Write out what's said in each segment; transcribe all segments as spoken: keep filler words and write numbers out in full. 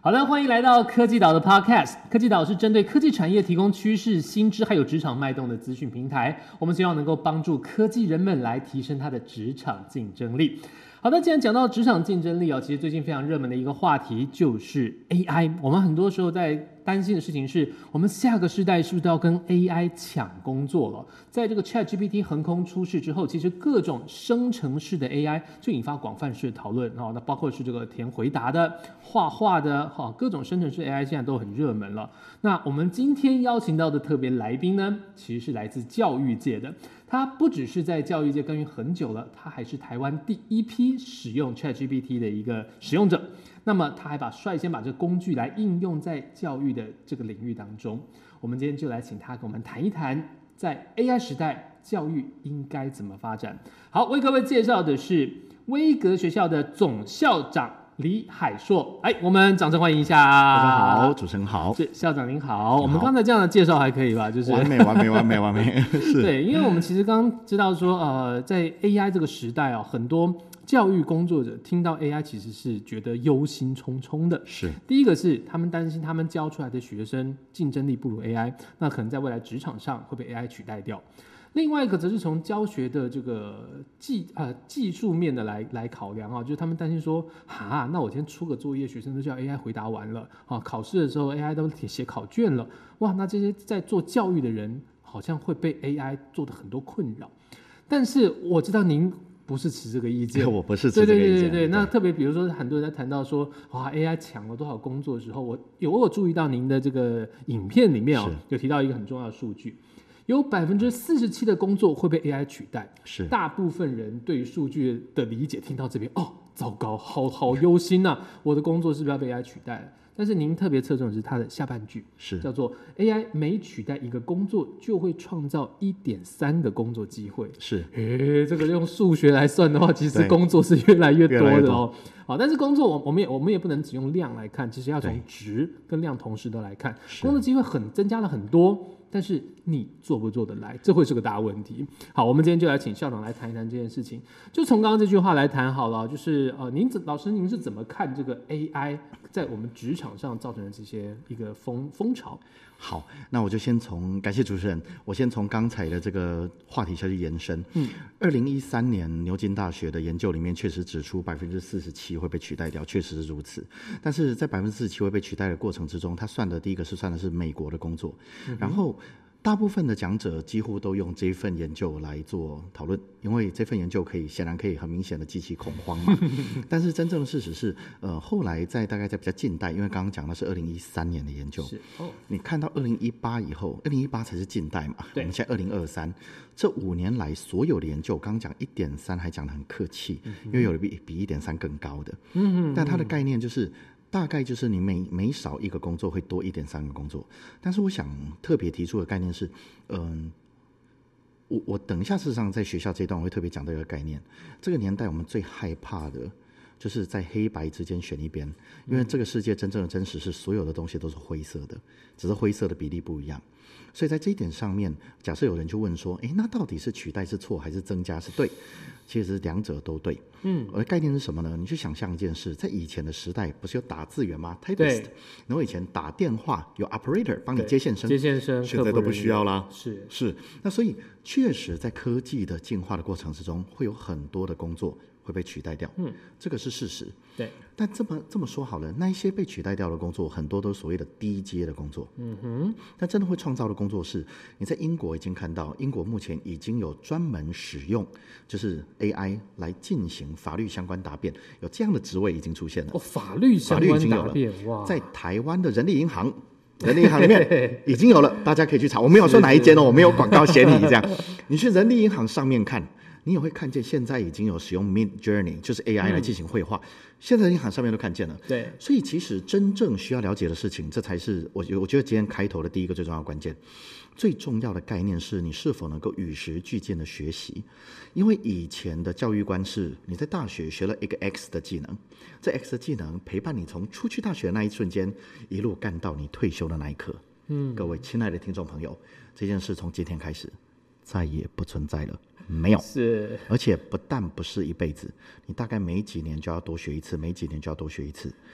好的，欢迎来到科技岛的 Podcast。科技岛是针对科技产业提供趋势、新知还有职场脉动的资讯平台。我们希望能够帮助科技人们来提升他的职场竞争力。好的，既然讲到职场竞争力哦，其实最近非常热门的一个话题就是 A I。我们很多时候在担心的事情是，我们下个世代是不是要跟 A I 抢工作了？在这个 ChatGPT 横空出世之后，其实各种生成式的 A I 就引发广泛式的讨论哦。那包括是这个填回答的、画画的，哈、哦，各种生成式 A I 现在都很热门了。那我们今天邀请到的特别来宾呢，其实是来自教育界的。他不只是在教育界耕耘很久了，他还是台湾第一批使用 ChatGPT 的一个使用者。那么他还把率先把这个工具来应用在教育的这个领域当中。我们今天就来请他跟我们谈一谈，在 A I 时代教育应该怎么发展。好，为各位介绍的是威格学校的总校长李海硕，哎，我们掌声欢迎一下。 大家好，主持人好， 是校长您好。我们刚才这样的介绍还可以吧？就是完美，完美，完美，完美。是， 对，因为我们其实刚刚知道说，呃，在 A I 这个时代哦，很多教育工作者听到 A I 其实是觉得忧心忡忡的。 是， 第一个是他们担心他们教出来的学生竞争力不如 A I， 那可能在未来职场上会被 A I 取代掉。另外一个则是从教学的这个技呃技术面的来来考量啊，就是他们担心说，哈，那我今天出个作业，学生都叫 A I 回答完了啊，考试的时候 A I 都写考卷了，哇，那这些在做教育的人好像会被 A I 做的很多困扰。但是我知道您不是持这个意见， 我不是持这个意见。 对对对对对，那特别比如说很多人在谈到说，哇 A I 抢了多少工作的时候，我有我有注意到您的这个影片里面哦，有提到一个很重要的数据。有百分之四十七的工作会被 A I 取代， 是大部分人对于数据的理解，听到这边哦，糟糕，好好忧心呐、啊，我的工作是不是要被 A I 取代了？但是您特别侧重的是它的下半句， 是叫做 A I 每取代一个工作，就会创造一点三个工作机会。 是， 诶，这个用数学来算的话，其实工作是越来越多的哦。好，但是工作我我们也我们也不能只用量来看，其实要从质跟量同时都来看。工作机会很增加了很多。但是你做不做得来，这会是个大问题。好，我们今天就来请校长来谈一谈这件事情。就从刚刚这句话来谈好了，就是呃，您老师您是怎么看这个 A I 在我们职场上造成的这些一个风风潮？ 好，那我就先从感谢主持人，我先从刚才的这个话题下去延伸。嗯，二零一三年牛津大学的研究里面确实指出百分之四十七会被取代掉，确实是如此。但是在百分之四十七会被取代的过程之中，他算的第一个是算的是美国的工作，嗯、然后。大部分的讲者几乎都用这份研究来做讨论，因为这份研究可以显然可以很明显的激起恐慌嘛。但是真正的事实是，呃，后来在大概在比较近代，因为刚刚讲的是二零一三年的研究，是哦，你看到二零一八以后，二零一八才是近代嘛，我们现在二零二三，这五年来所有的研究，刚刚讲一点三还讲得很客气，嗯、因为有的比比一点三更高的，嗯但它的概念就是。大概就是你每每少一个工作会多一点三个工作，但是我想特别提出的概念是，嗯，我我等一下事实上在学校这一段我会特别讲到一个概念，这个年代我们最害怕的就是在黑白之间选一边，因为这个世界真正的真实是所有的东西都是灰色的，只是灰色的比例不一样。所以在这一点上面，假设有人就问说，哎，那到底是取代是错还是增加是对？其实两者都对。嗯，而概念是什么呢？你去想象一件事，在以前的时代，不是有打字员吗 ？typist， 然后以前打电话有 operator 帮你接线生， 接线生， 现在都不需要啦。 是是，那所以确实在科技的进化的过程之中，会有很多的工作会被取代掉，嗯，这个是事实。 对， 但这么这么说好了，那一些被取代掉的工作，很多都是所谓的低阶的工作，嗯哼。但真的会创造的工作是，你在英国已经看到，英国目前已经有专门使用就是 A I 来进行法律相关答辩，有这样的职位已经出现了。 哦，法律相关答辩，哇， 在台湾的人力银行。人力银行里面已经有了，大家可以去查。我没有说哪一间哦，我没有广告写你这样。你去人力银行上面看，你也会看见现在已经有使用 Mid Journey， 就是 A I 来进行绘画，嗯、现在银行上面都看见了。 对， 所以其实真正需要了解的事情，这才是我我觉得今天开头的第一个最重要的关键。最重要的概念是你是否能够与时俱进的学习，因为以前的教育观是你在大学学了一个 X 的技能，这 X 的技能陪伴你从出去大学的那一瞬间一路干到你退休的那一刻。嗯，各位亲爱的听众朋友，这件事从今天开始再也不存在了，没有， 是， 而且不但不是一辈子，你大概每几年就要多学一次，每几年就要多学一次。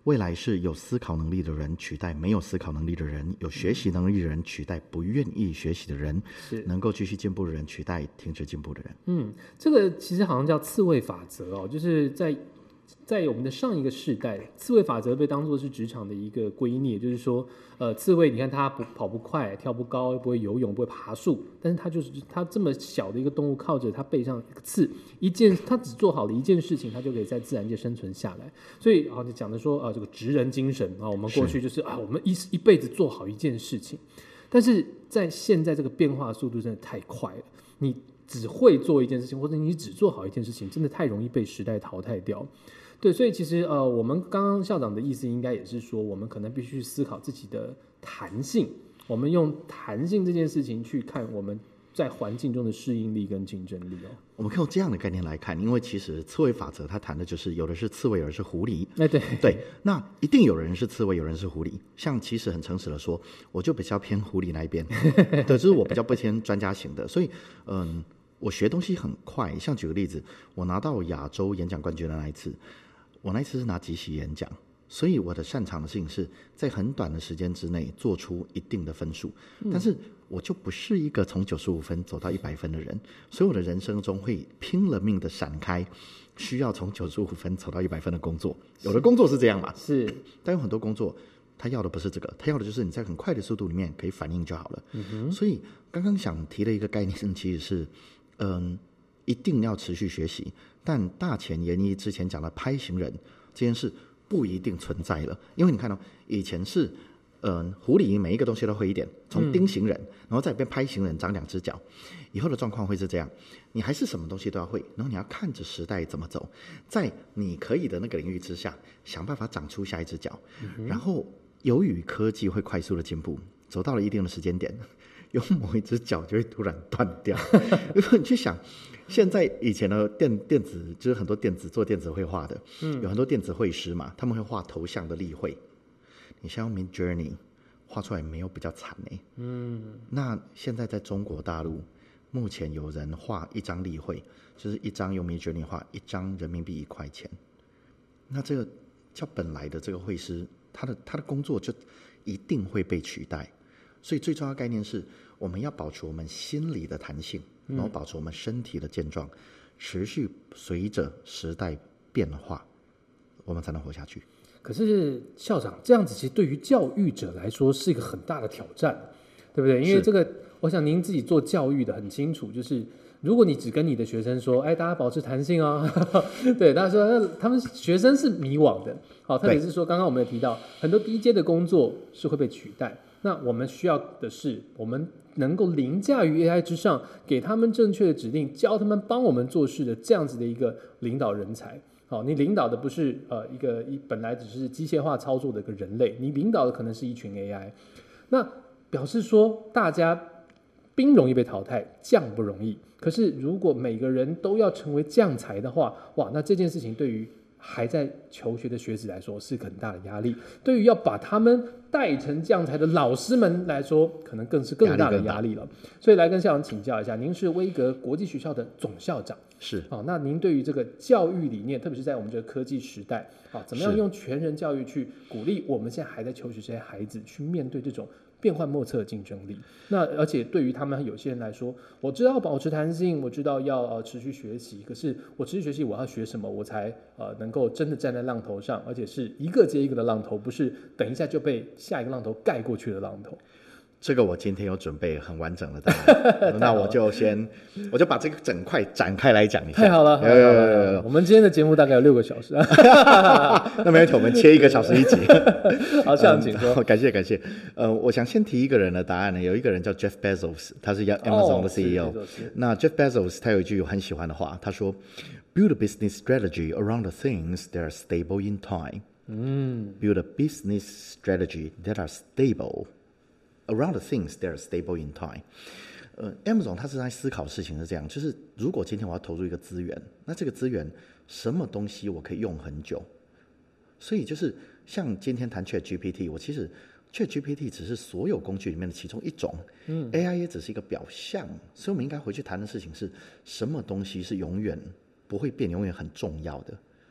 未来是有思考能力的人取代没有思考能力的人，有学习能力的人取代不愿意学习的人，是能够继续进步的人取代停止进步的人。 嗯，这个其实好像叫刺猬法则哦，就是在在我们的上一个世代，刺猬法则被当作是职场的一个圭臬，就是说，呃，刺猬你看它不跑不快，跳不高，不会游泳，不会爬树，但是它就是它这么小的一个动物，靠着它背上一个刺，一件它只做好了一件事情，它就可以在自然界生存下来。所以啊，你讲的说啊，这个职人精神啊，我们过去就是啊，我们一一辈子做好一件事情，但是在现在这个变化速度真的太快了，你只会做一件事情，或者你只做好一件事情，真的太容易被时代淘汰掉。对，所以其实呃，我们刚刚校长的意思应该也是说，我们可能必须思考自己的弹性，我们用弹性这件事情去看我们在环境中的适应力跟竞争力哦。 我们可以用这样的概念来看，因为其实刺猬法则它谈的就是有的是刺猬，有的是狐狸。 哎，对对，那一定有人是刺猬，有人是狐狸。像其实很诚实的说，我就比较偏狐狸那一边，对，就是我比较不偏专家型的，所以嗯，我学东西很快。像举个例子，我拿到亚洲演讲冠军的那一次。我那一次是拿即席演讲，所以我的擅长的事情是在很短的时间之内做出一定的分数，嗯、但是我就不是一个从九十五分走到一百分的人，所以我的人生中会拼了命的闪开需要从九十五分走到一百分的工作。有的工作是这样嘛， 是， 但有很多工作他要的不是这个，他要的就是你在很快的速度里面可以反应就好了。嗯哼，所以刚刚想提的一个概念其实是，嗯，一定要持续学习。但大前研一之前讲的拍型人这件事不一定存在了，因为你看到、哦、以前是，嗯、呃，狐狸每一个东西都会一点，从丁型人，嗯、然后再变拍型人，长两只脚。以后的状况会是这样，你还是什么东西都要会，然后你要看着时代怎么走，在你可以的那个领域之下，想办法长出下一只脚。嗯、然后由于科技会快速的进步，走到了一定的时间点，有某一只脚就会突然断掉。如果你去想。现在以前的 电, 电子就是很多电子做电子绘画的、嗯、有很多电子绘师嘛，他们会画头像的立绘，你像用 Midjourney 画出来没有比较惨耶、嗯、那现在在中国大陆目前有人画一张立绘，就是一张用 Midjourney 画一张人民币一块钱，那这个叫本来的这个绘师他的他的工作就一定会被取代，所以最重要的概念是我们要保持我们心理的弹性，然后保持我们身体的健壮，持续随着时代变化，我们才能活下去。 可是校长这样子，其实对于教育者来说是一个很大的挑战，对不对？因为这个，我想您自己做教育的很清楚，就是如果你只跟你的学生说，哎，大家保持弹性哦，对，大家说，那他们学生是迷惘的，好，特别是说刚刚我们有提到很多低阶的工作是会被取代，那我们需要的是我们能够凌驾于 A I 之上，给他们正确的指令，教他们帮我们做事的这样子的一个领导人才。好，你领导的不是呃一个一本来只是机械化操作的一个人类，你领导的可能是一群 A I。那表示说，大家兵容易被淘汰，将不容易。可是如果每个人都要成为将才的话，哇，那这件事情对于还在求学的学子来说是很大的压力，对于要把他们带成将才的老师们来说，可能更是更大的压力了。所以来跟校长请教一下，您是威格国际学校的总校长， 是啊、哦，那您对于这个教育理念，特别是在我们这个科技时代啊，怎么样用全人教育去鼓励我们现在还在求学这些孩子去面对这种变幻莫测的竞争力？那而且对于他们有些人来说，我知道要保持弹性，我知道要呃持续学习，可是我持续学习我要学什么，我才呃能够真的站在浪头上，而且是一个接一个的浪头，不是等一下就被下一个浪头盖过去的浪头。 这个我今天有准备很完整的答案，那我就先我就把这个整块展开来讲一下。 太好了，有有有有，我们今天的节目大概有六个小时， 那没问题，我们切一个小时一集。 好，校长请说、 嗯。感谢感谢。呃，我想先提一个人的答案呢，有一个人叫 Jeff Bezos， 他是 Amazon 的 C E O、哦。那 Jeff Bezos 他有一句我很喜欢的话，他说 ：“Build a business strategy around the things that are stable in time。”嗯 ，Build a business strategy that are stable。Around the things that are stable in time。呃 ，Amazon 他是在思考事情是这样，就是如果今天我要投入一个资源，那这个资源什么东西我可以用很久？所以就是像今天谈 ChatGPT， 我其实 ChatGPT 只是所有工具里面的其中一种，嗯 ，A I 也只是一个表象，所以我们应该回去谈的事情是什么东西是永远不会变、永远很重要的。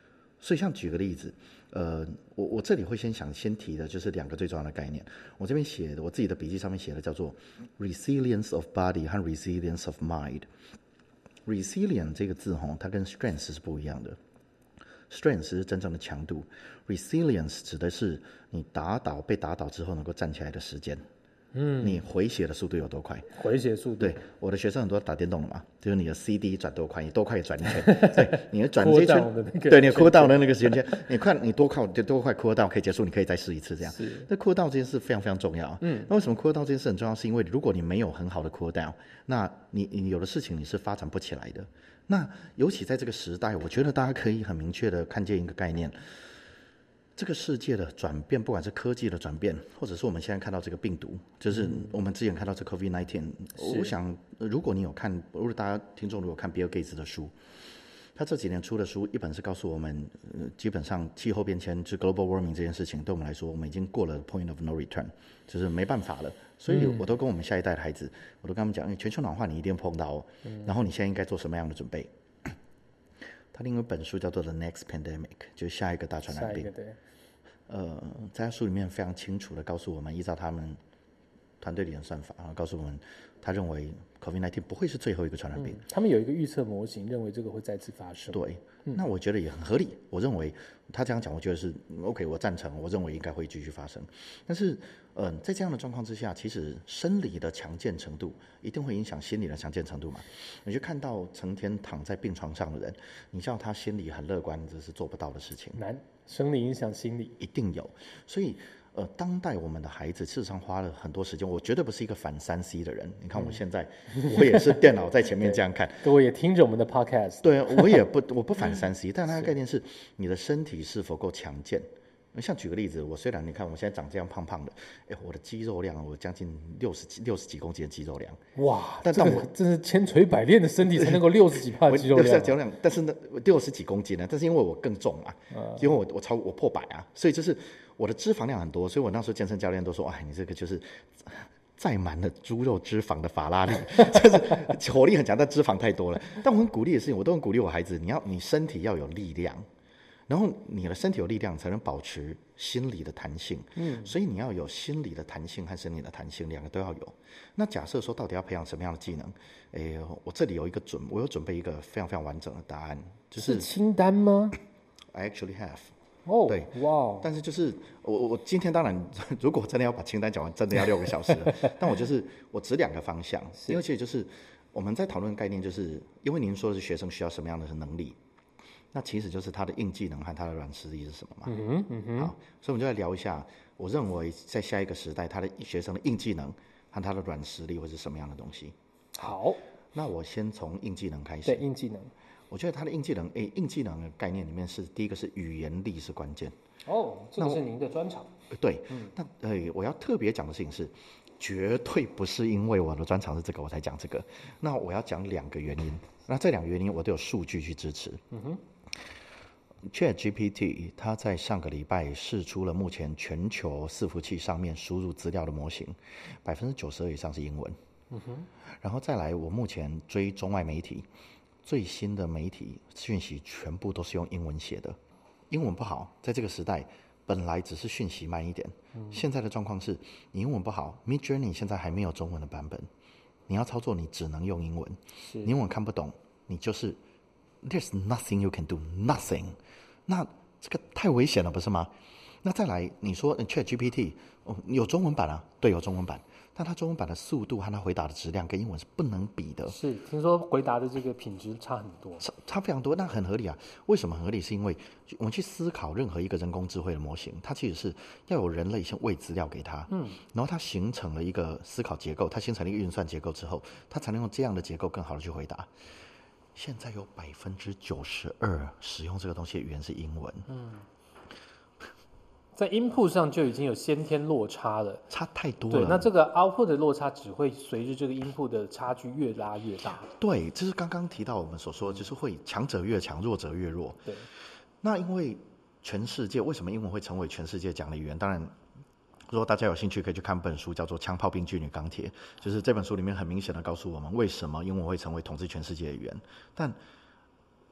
所以像举个例子，呃，我我这里会先想先提的就是两个最重要的概念。我这边写的，我自己的笔记上面写的叫做 resilience of body 和 resilience of mind。resilient 这个字吼，它跟 strength 是不一样的。strength 是真正的强度 ，resilience 指的是你打倒被打倒之后能够站起来的时间。嗯，你回血的速度有多快？ 回血速度， 对，我的学生很多打电动了嘛，就是你的 C D 转多快，你多快转一圈，对，你的转这一圈，对，你 cool down 的那个时间圈，你快，你多快，多快 cool down 可以结束，你可以再试一次这样。那 cool down 这件事非常非常重要。嗯，那为什么 cool down 这件事很重要？是因为如果你没有很好的 cool down，那你你有的事情你是发展不起来的。那尤其在这个时代，我觉得大家可以很明确的看见一个概念。这个世界的转变，不管是科技的转变，或者是我们现在看到这个病毒，就是我们之前看到这 COVID 十九， 我想如果你有看，如果大家听众如果看比尔盖茨的书，他这几年出的书，一本是告诉我们，呃、基本上气候变迁，就 global warming 这件事情，对我们来说，我们已经过了 point of no return， 就是没办法了。所以我都跟我们下一代的孩子，我都跟他们讲，全球暖化你一定碰到哦，然后你现在应该做什么样的准备？他另外一本书叫做 The Next Pandemic， 就是下一个大传染病。呃，在他书里面非常清楚的告诉我们，依照他们团队里的算法，然后告诉我们，他认为 COVID 十九 不会是最后一个传染病。 嗯、他们有一个预测模型，认为这个会再次发生。 对，嗯、那我觉得也很合理。我认为他这样讲，我觉得是 OK， 我赞成。我认为应该会继续发生。但是，嗯、呃，在这样的状况之下，其实生理的强健程度一定会影响心理的强健程度嘛。你就看到成天躺在病床上的人，你叫他心理很乐观，这是做不到的事情。 难。生理影响心理一定有，所以呃，当代我们的孩子事实上花了很多时间。我绝对不是一个反三 C 的人，你看我现在，嗯、我也是电脑在前面这样看， 各位也听着我们的 podcast， 对，我也不我不反三 C， 但它的概念是你的身体是否够强健。像举个例子，我虽然你看我现在长这样胖胖的，哎，我的肌肉量我将近六十几六十几公斤的肌肉量， 哇！但但我真是千锤百炼的身体才能够六十几帕肌肉量、啊， 但是呢六十几公斤呢，但是因为我更重嘛，呃、因为我我超我破百啊，所以就是我的脂肪量很多，所以我那时候健身教练都说，哎，你这个就是载满了猪肉脂肪的法拉利，就是火力很强，但脂肪太多了。但我很鼓励的事情，我都很鼓励我孩子，你要你身体要有力量。然后你的身体有力量，才能保持心理的弹性。嗯，所以你要有心理的弹性和生理的弹性，两个都要有。那假设说，到底要培养什么样的技能？诶，我这里有一个准，我有准备一个非常非常完整的答案，就是是清单吗 ？I actually have。 哦， 对， 哇！ 但是就是我我今天当然，如果真的要把清单讲完，真的要六个小时了。但我就是我指两个方向，因为其实就是我们在讨论概念，就是因为您说的是学生需要什么样的能力。那其实就是他的硬技能和他的软实力是什么嘛？嗯哼，嗯哼。好，所以我们就来聊一下，我认为在下一个时代，他的学生的硬技能和他的软实力会是什么样的东西？ 好， 那我先从硬技能开始。 对，硬技能， 我觉得他的硬技能，诶，硬技能的概念里面是第一个是语言力是关键。 哦，这个是您的专长。 对，嗯，那呃，我要特别讲的事情是，绝对不是因为我的专长是这个我才讲这个。那我要讲两个原因，那这两个原因我都有数据去支持。嗯哼。ChatGPT 它在上个礼拜释出了目前全球伺服器上面输入资料的模型，百分之九十二以上是英文。嗯哼，然后再来，我目前追中外媒体，最新的媒体讯息全部都是用英文写的。英文不好，在这个时代本来只是讯息慢一点，嗯、现在的状况是你英文不好 ，Midjourney 现在还没有中文的版本，你要操作你只能用英文，你英文看不懂，你就是 There's nothing you can do, nothing。那这个太危险了，不是吗？那再来，你说 ChatGPT、哦、有中文版啊？对，有中文版，但它中文版的速度和它回答的质量跟英文是不能比的。 是，听说回答的这个品质差很多， 差差非常多，那很合理啊。为什么很合理？是因为我们去思考任何一个人工智慧的模型，它其实是要有人类先喂资料给它，嗯，然后它形成了一个思考结构，它形成了一个运算结构之后，它才能用这样的结构更好的去回答。现在有百分之九十二使用这个东西的语言是英文，嗯， 在 input 上就已经有先天落差了， 差太多了。 对，那这个 output 的落差只会随着这个 input 的差距越拉越大。 对，这是刚刚提到我们所说的，就是会强者越强，弱者越弱。 对， 那因为全世界为什么英文会成为全世界讲的语言？当然。如果大家有兴趣，可以去看本书，叫做《枪炮、兵具与钢铁》。就是这本书里面很明显的告诉我们，为什么英文会成为统治全世界的语言。但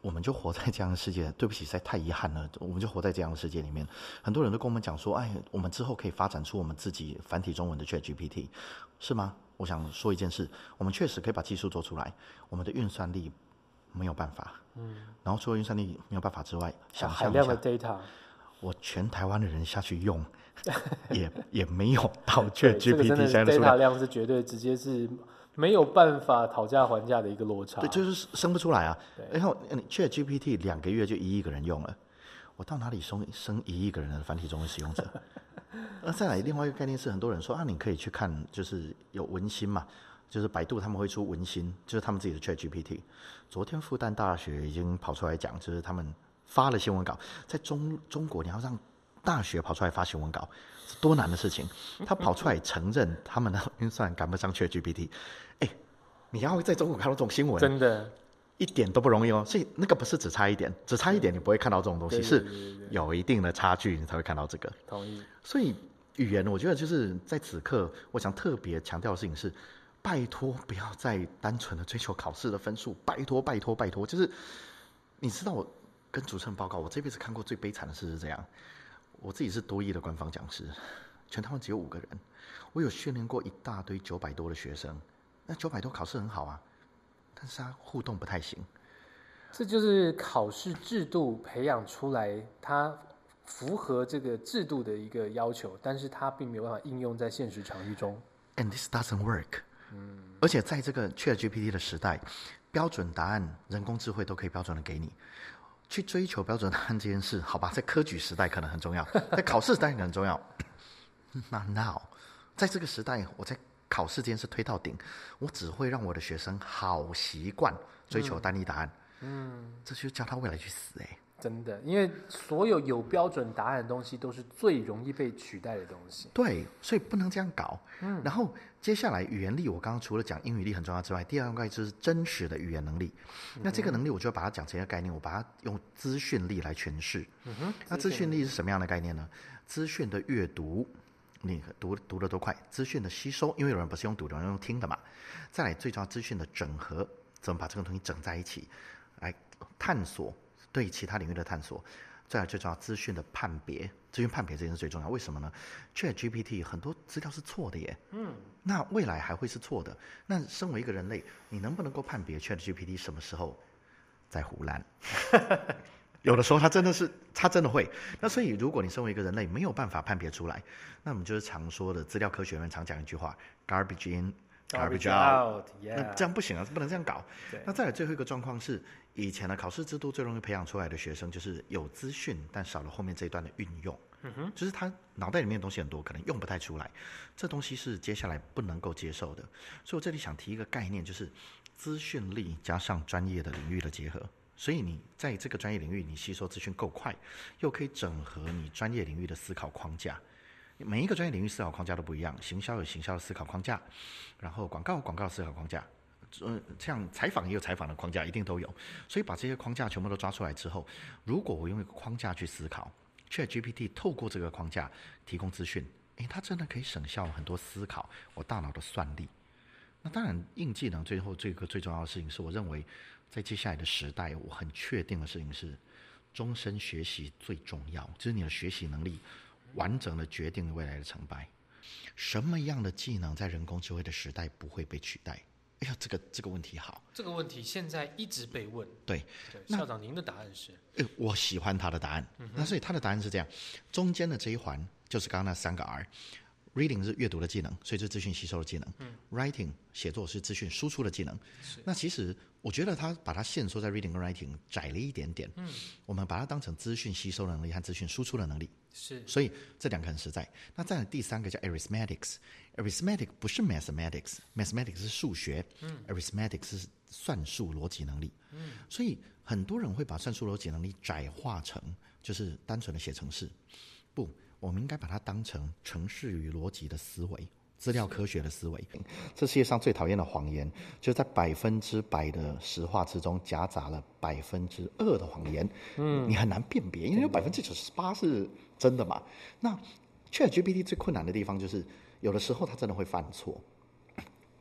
我们就活在这样的世界，对不起，实在太遗憾了。我们就活在这样的世界里面，很多人都跟我们讲说，哎，我们之后可以发展出我们自己繁体中文的 ChatGPT， 是吗？我想说一件事，我们确实可以把技术做出来，我们的运算力没有办法。嗯。然后除了运算力没有办法之外，想象一下， 海量的 data， 我全台湾的人下去用，也也没有到 ChatGPT 现在的 data 量是绝对直接是。没有办法讨价还价的一个落差， 对，就是生不出来啊。然后 ChatGPT 两个月就一亿个人用了，我到哪里生生一亿个人的繁体中文使用者？那再来另外一个概念是，很多人说啊，你可以去看，就是有文心嘛，就是百度他们会出文心，就是他们自己的 ChatGPT。昨天复旦大学已经跑出来讲，就是他们发了新闻稿，在中中国你要让大学跑出来发新闻稿，是多难的事情。他跑出来承认他们的运算赶不上 ChatGPT， 哎，你要在中国看到这种新闻， 真的一点都不容易哦。所以那个不是只差一点，只差一点你不会看到这种东西， 对对对对对， 是有一定的差距你才会看到这个。 同意。 所以语言，我觉得就是在此刻，我想特别强调的事情是，拜托不要再单纯的追求考试的分数，拜托拜托拜托，就是你知道我跟主持人报告，我这辈子看过最悲惨的事是这样。我自己是多益的官方讲师，全台湾只有五个人，我有训练过一大堆九百多的学生，那九百多考试很好啊，但是他互动不太行。 这就是考试制度培养出来，它符合这个制度的一个要求，但是它并没有办法应用在现实场域中。 And this doesn't work。嗯，而且在这个 ChatGPT 的时代，标准答案人工智慧都可以标准的给你。去追求标准答案这件事，好吧，在科举时代可能很重要，在考试时代可能很重要。那 now， 在这个时代，我在考试这件事推到顶，我只会让我的学生好习惯追求单一答案。嗯，这就叫他未来去死哎、欸！ 真的，因为所有有标准答案的东西都是最容易被取代的东西。 对，所以不能这样搞。嗯，然后接下来语言力，我刚刚除了讲英语力很重要之外，第二个就是真实的语言能力。嗯、那这个能力，我就把它讲成一个概念，我把它用资讯力来诠释。嗯哼，那资讯力是什么样的概念呢？资讯的阅读，你读读得多快？资讯的吸收，因为有人不是用读的，有人用听的嘛。再来，最重要资讯的整合，怎么把这个东西整在一起，来探索。对其他领域的探索，再来最重要资讯的判别，资讯判别这件事最重要。为什么呢 ？ChatGPT 很多资料是错的耶，嗯，那未来还会是错的。那身为一个人类，你能不能够判别 ChatGPT 什么时候在胡乱？有的时候它真的是，它真的会。那所以，如果你身为一个人类没有办法判别出来，那我们就是常说的资料科学人常讲一句话 ：garbage in。Garbage out， yeah. 那这样不行啊，不能这样搞。那再来最后一个状况是，以前的考试制度最容易培养出来的学生，就是有资讯，但少了后面这一段的运用。嗯哼，就是他脑袋里面的东西很多，可能用不太出来。这东西是接下来不能够接受的。所以我这里想提一个概念，就是资讯力加上专业的领域的结合。所以你在这个专业领域，你吸收资讯够快，又可以整合你专业领域的思考框架。每一个专业领域思考框架都不一样，行销有行销的思考框架，然后广告有广告的思考框架，呃，像采访也有采访的框架，一定都有。所以把这些框架全部都抓出来之后，如果我用一个框架去思考 ，ChatGPT 透过这个框架提供资讯，诶，它真的可以省下很多思考我大脑的算力。那当然，硬技能最后这个最重要的事情是，我认为在接下来的时代，我很确定的事情是，终身学习最重要，就是你的学习能力。完整的决定未来的成败。什么样的技能在人工智慧的时代不会被取代？哎呀，这个这个问题好。 这个问题现在一直被问。 对， 对，校长，您的答案是？ 呃，我喜欢他的答案。嗯、那所以他的答案是这样：中间的这一环就是刚刚那三个 R。Reading 是阅读的技能，所以是资讯吸收的技能。嗯、Writing 写作是资讯输出的技能。那其实我觉得他把它限缩在 Reading 跟 Writing 窄了一点点。嗯，我们把它当成资讯吸收的能力和资讯输出的能力。 是， 所以这两个很实在。那再来第三个叫 Arithmetics。Arithmetic 不是 Mathematics，Mathematics 是数学。嗯 ，Arithmetics 是算术逻辑能力。嗯，所以很多人会把算术逻辑能力窄化成就是单纯的写程式。不。我们应该把它当成程式与逻辑的思维，资料科学的思维。这世界上最讨厌的谎言，就是在百分之百的实话之中夹杂了百分之二的谎言。嗯，你很难辨别，因为有百分之九十八是真的嘛。那 ChatGPT 最困难的地方就是，有的时候它真的会犯错。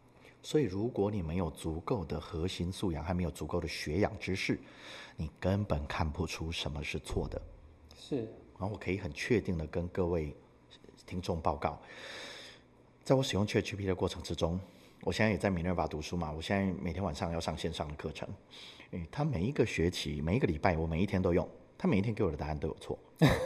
所以如果你没有足够的核心素养，还没有足够的学养知识，你根本看不出什么是错的。 是， 然后我可以很确定的跟各位听众报告，在我使用 ChatGPT 的过程之中，我现在也在 Minerva 读书嘛，我现在每天晚上要上线上的课程，嗯，他每一个学期每一个礼拜我每一天都用，他每一天给我的答案都有错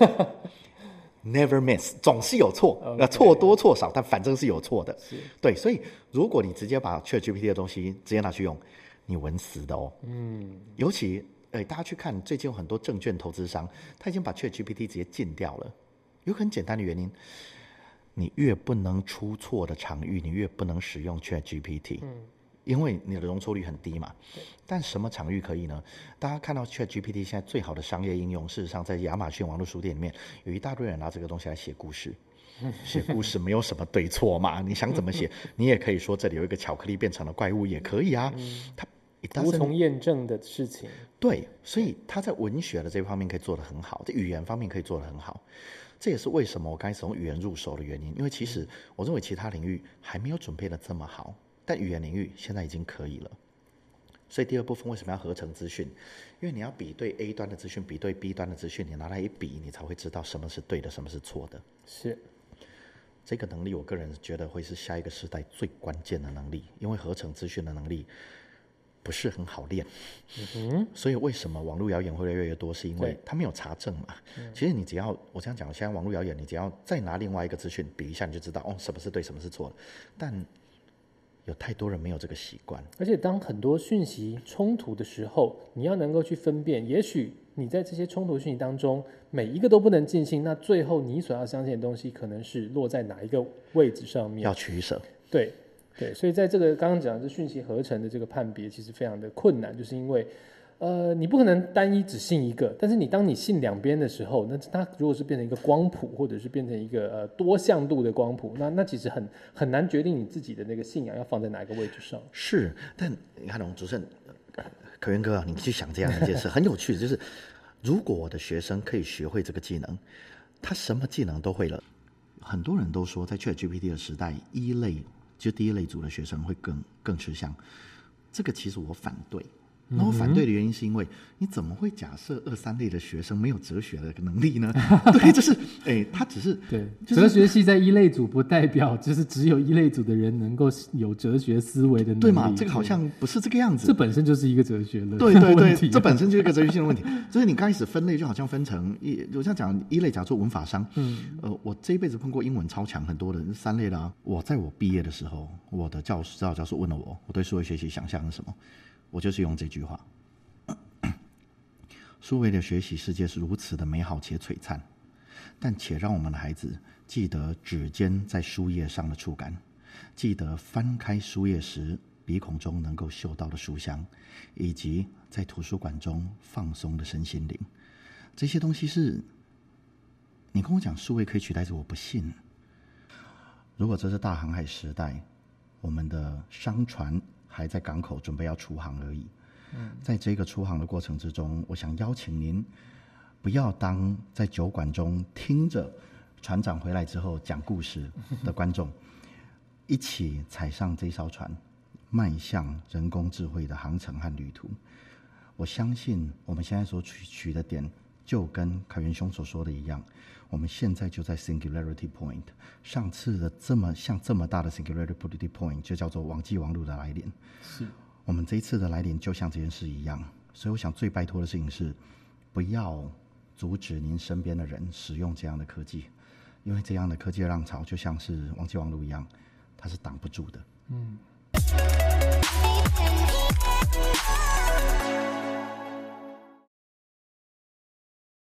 Never miss， 总是有错， okay. 那错多错少，但反正是有错的。对，所以如果你直接把 ChatGPT 的东西直接拿去用，你稳死的哦。嗯，尤其呃，大家去看最近有很多证券投资商，他已经把 ChatGPT 直接禁掉了。有很简单的原因，你越不能出错的场域，你越不能使用 ChatGPT。嗯。因为你的容错率很低嘛，但什么场域可以呢？大家看到 ChatGPT 现在最好的商业应用，事实上在亚马逊网络书店里面，有一大堆人拿这个东西来写故事。写故事没有什么对错嘛，你想怎么写，你也可以说这里有一个巧克力变成了怪物，也可以啊。它无从验证的事情。 对，所以他在文学的这方面可以做得很好，在语言方面可以做得很好。这也是为什么我刚开始从语言入手的原因，因为其实我认为其他领域还没有准备的这么好。但语言领域现在已经可以了，所以第二部分为什么要合成资讯？因为你要比对 A 端的资讯，比对 B 端的资讯，你拿来一比，你才会知道什么是对的，什么是错的。 是， 这个能力，我个人觉得会是下一个时代最关键的能力，因为合成资讯的能力不是很好练。嗯哼，所以为什么网络谣言会越来越多？是因为它没有查证嘛。其实你只要我这样讲，现在网络谣言，你只要再拿另外一个资讯比一下，你就知道哦，什么是对，什么是错的。但有太多人没有这个习惯， 而且当很多讯息冲突的时候，你要能够去分辨，也许你在这些冲突讯息当中，每一个都不能尽信，那最后你所要相信的东西，可能是落在哪一个位置上面， 要取舍。 对对，所以在这个刚刚讲的讯息合成的这个判别，其实非常的困难，就是因为呃，你不可能单一只信一个，但是你当你信两边的时候，那它如果是变成一个光谱，或者是变成一个呃多向度的光谱，那那其实很很难决定你自己的那个信仰要放在哪一个位置上。 是，但你看，我们主持人可元哥啊，你去想这样一件事，很有趣的，就是如果我的学生可以学会这个技能，他什么技能都会了。很多人都说，在 ChatGPT 的时代，一类就第一类组的学生会更更吃香，这个其实我反对。那我反对的原因是因为你怎么会假设二三类的学生没有哲学的能力呢？对，就是哎，他只是对、就是、哲学系在一类组不代表就是只有一类组的人能够有哲学思维的能力， 对嘛？这个好像不是这个样子， 这本身就是一个哲学了。 对对对，这本身就是一个哲学性的问题。就是你刚开始分类就好像分成一，我像讲一类，假如说文法商，嗯，呃，我这一辈子碰过英文超强很多的三类的啊。我在我毕业的时候，我的教指导教授问了我，我对数位学习想象是什么？我就是用这句话：数位的学习世界是如此的美好且璀璨，但且让我们的孩子记得指尖在书页上的触感，记得翻开书页时鼻孔中能够嗅到的书香，以及在图书馆中放松的身心灵。这些东西是你跟我讲数位可以取代着，我不信。如果这是大航海时代，我们的商船还在港口准备要出航而已。嗯，在这个出航的过程之中，我想邀请您不要当在酒馆中听着船长回来之后讲故事的观众，一起踩上这艘船，迈向人工智慧的航程和旅途。我相信我们现在所取取的点，就跟凯元兄所说的一样，我们现在就在 singularity point。上次的这么像这么大的 singularity point 就叫做网际网路的来临。是，我们这一次的来临就像这件事一样。所以我想最拜托的事情是，不要阻止您身边的人使用这样的科技，因为这样的科技的浪潮就像是网际网路一样，它是挡不住的。嗯。